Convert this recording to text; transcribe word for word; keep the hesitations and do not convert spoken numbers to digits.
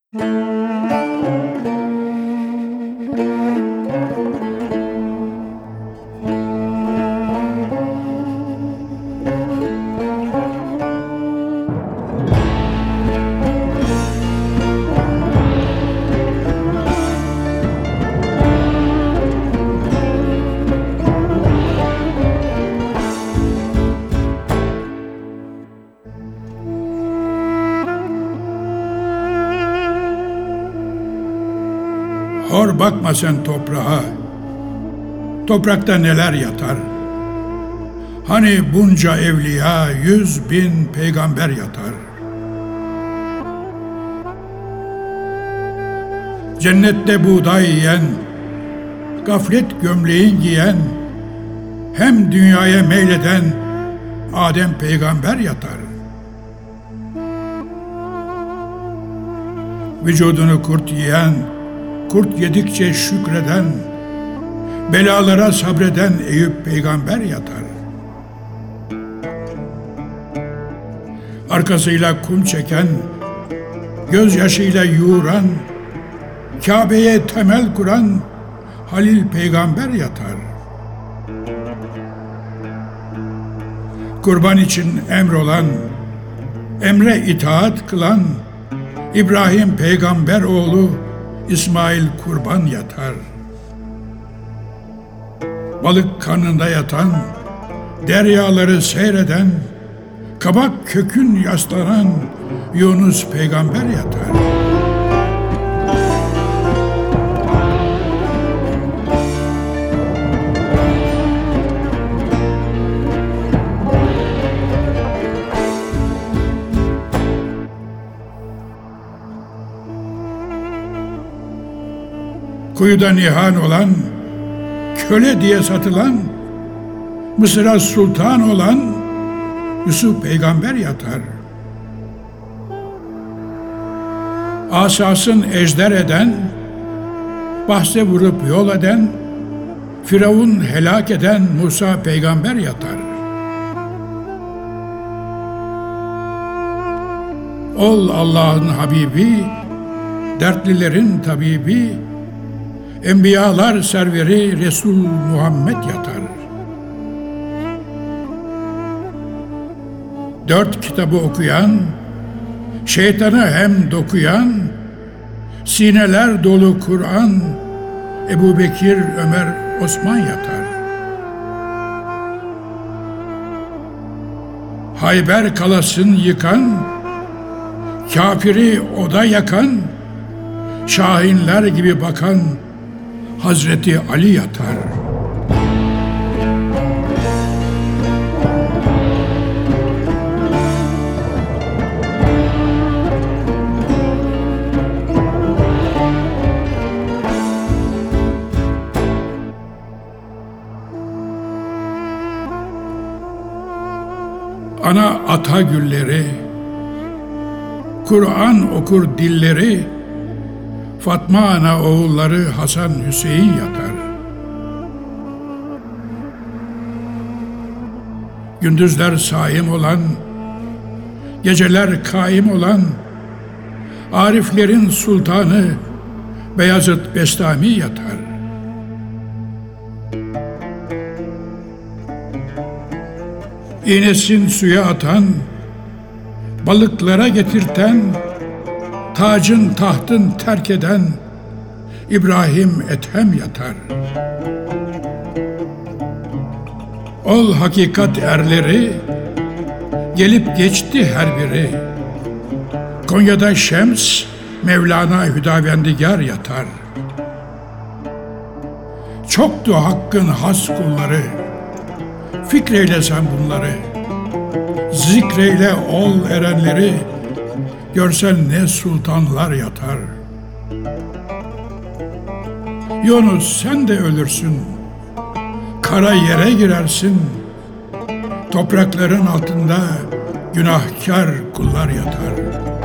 Hor bakma sen toprağa, toprakta neler yatar. Hani bunca evliya, yüz bin peygamber yatar. Cennette buğday yiyen, gaflet gömleğin giyen, hem dünyaya meyleden Adem peygamber yatar. Vücudunu kurt yiyen, kurt yedikçe şükreden, belalara sabreden Eyüp peygamber yatar. Arkasıyla kum çeken, gözyaşıyla yoğuran, Kabe'ye temel kuran Halil peygamber yatar. Kurban için emrolan, emre itaat kılan İbrahim peygamber oğlu İsmail kurban yatar. Balık karnında yatan, deryaları seyreden, kabak kökün yaslanan Yunus peygamber yatar. Kuyuda nihan olan, köle diye satılan, Mısır'a sultan olan Yusuf peygamber yatar. Asasın ejder eden, bahse vurup yol eden, Firavun helak eden Musa peygamber yatar. Ol Allah'ın Habibi, dertlilerin tabibi, Enbiyalar serveri Resul Muhammed yatar. Dört kitabı okuyan, şeytanı hem dokuyan, sineler dolu Kur'an, Ebu Bekir, Ömer, Osman yatar. Hayber kalasını yıkan, kafiri oda yakan, şahinler gibi bakan Hazreti Ali yatar. Ana ata gülleri, Kur'an okur dilleri, Fatma ana oğulları Hasan Hüseyin yatar. Gündüzler saim olan, geceler kaim olan, Ariflerin sultanı Beyazıt Bestami yatar. İğnesin suya atan, balıklara getirten, tacın tahtın terk eden İbrahim Ethem yatar. Ol hakikat erleri, gelip geçti her biri. Konya'da Şems, Mevlana Hüdavendigar yatar. Çoktu hakkın has kulları, fikreyle sen bunları. Zikreyle ol erenleri, görsen ne sultanlar yatar. Yunus sen de ölürsün, kara yere girersin, toprakların altında günahkar kullar yatar.